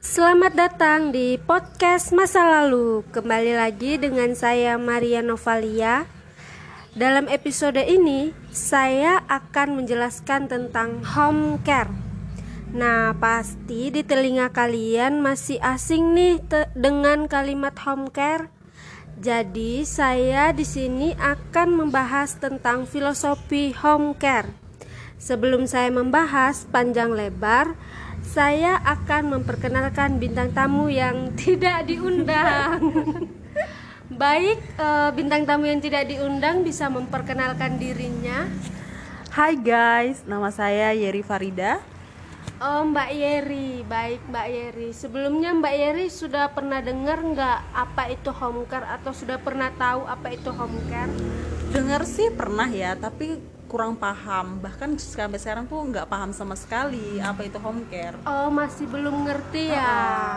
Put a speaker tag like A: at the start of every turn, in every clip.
A: Selamat datang di podcast masa lalu. Kembali lagi dengan saya Maria Novalia. Dalam episode ini saya akan menjelaskan tentang home care. Nah, pasti di telinga kalian masih asing nih dengan kalimat home care. Jadi saya di sini akan membahas tentang filosofi home care. Sebelum saya membahas panjang lebar, saya akan memperkenalkan bintang tamu yang tidak diundang. Baik, bintang tamu yang tidak diundang bisa memperkenalkan dirinya.
B: Hai guys, nama saya Yeri Farida.
A: Oh, Mbak Yeri. Baik, Mbak Yeri. Sebelumnya Mbak Yeri sudah pernah dengar nggak apa itu home care atau sudah pernah tahu apa itu home care?
B: Dengar sih pernah ya, tapi kurang paham. Bahkan sampai sekarang tuh nggak paham sama sekali apa itu home care.
A: Oh, masih belum ngerti ya.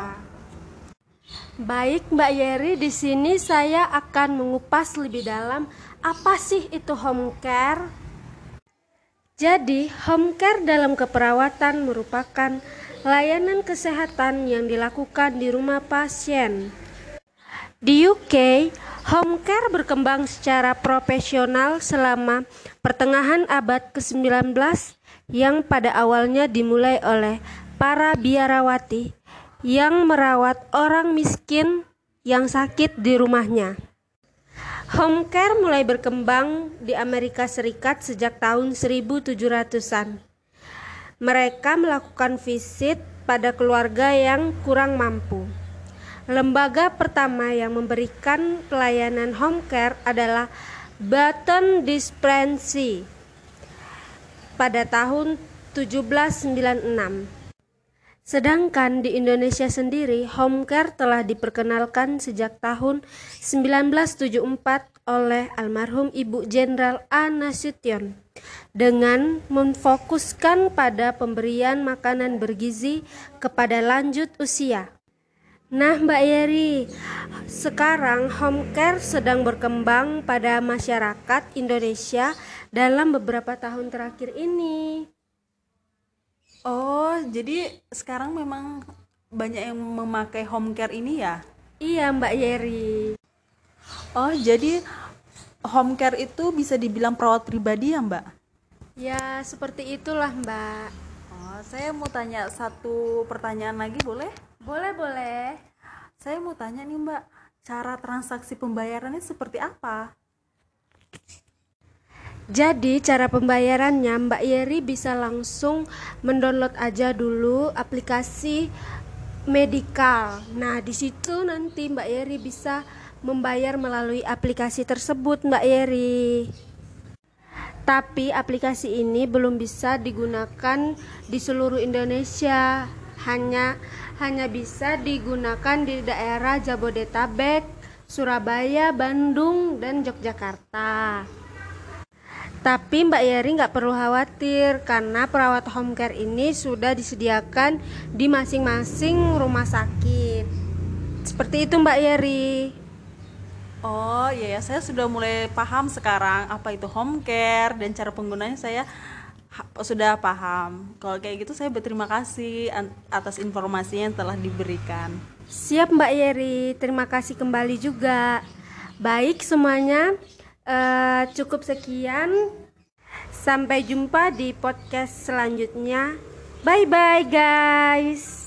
A: Baik, Mbak Yeri, di sini saya akan mengupas lebih dalam apa sih itu home care. Jadi, home care dalam keperawatan merupakan layanan kesehatan yang dilakukan di rumah pasien. Di UK, home care berkembang secara profesional selama pertengahan abad ke-19 yang pada awalnya dimulai oleh para biarawati yang merawat orang miskin yang sakit di rumahnya. Home care mulai berkembang di Amerika Serikat sejak tahun 1700-an. Mereka melakukan visit pada keluarga yang kurang mampu. Lembaga pertama yang memberikan pelayanan home care adalah Button Dispensary pada tahun 1796. Sedangkan di Indonesia sendiri, home care telah diperkenalkan sejak tahun 1974 oleh almarhum Ibu Jenderal A. Nasution dengan memfokuskan pada pemberian makanan bergizi kepada lanjut usia. Nah, Mbak Yeri, sekarang home care sedang berkembang pada masyarakat Indonesia dalam beberapa tahun terakhir ini.
B: Oh, jadi sekarang memang banyak yang memakai home care ini ya?
A: Iya, Mbak Yeri.
B: Oh, jadi home care itu bisa dibilang perawat pribadi ya, Mbak?
A: Ya, seperti itulah, Mbak.
B: Oh, saya mau tanya satu pertanyaan lagi, boleh?
A: Boleh.
B: Saya mau tanya nih, Mbak, cara transaksi pembayarannya seperti apa?
A: Jadi cara pembayarannya Mbak Yeri bisa langsung mendownload aja dulu aplikasi Medikal. Nah, di situ nanti Mbak Yeri bisa membayar melalui aplikasi tersebut, Mbak Yeri. Tapi aplikasi ini belum bisa digunakan di seluruh Indonesia. Hanya bisa digunakan di daerah Jabodetabek, Surabaya, Bandung, dan Yogyakarta. Tapi Mbak Yeri nggak perlu khawatir karena perawat home care ini sudah disediakan di masing-masing rumah sakit. Seperti itu Mbak Yeri.
B: Oh iya ya, saya sudah mulai paham sekarang apa itu home care dan cara penggunanya saya sudah paham. Kalau kayak gitu saya berterima kasih atas informasinya yang telah diberikan.
A: Siap Mbak Yeri, terima kasih kembali juga. Baik semuanya, cukup sekian. Sampai jumpa di podcast selanjutnya. Bye bye guys.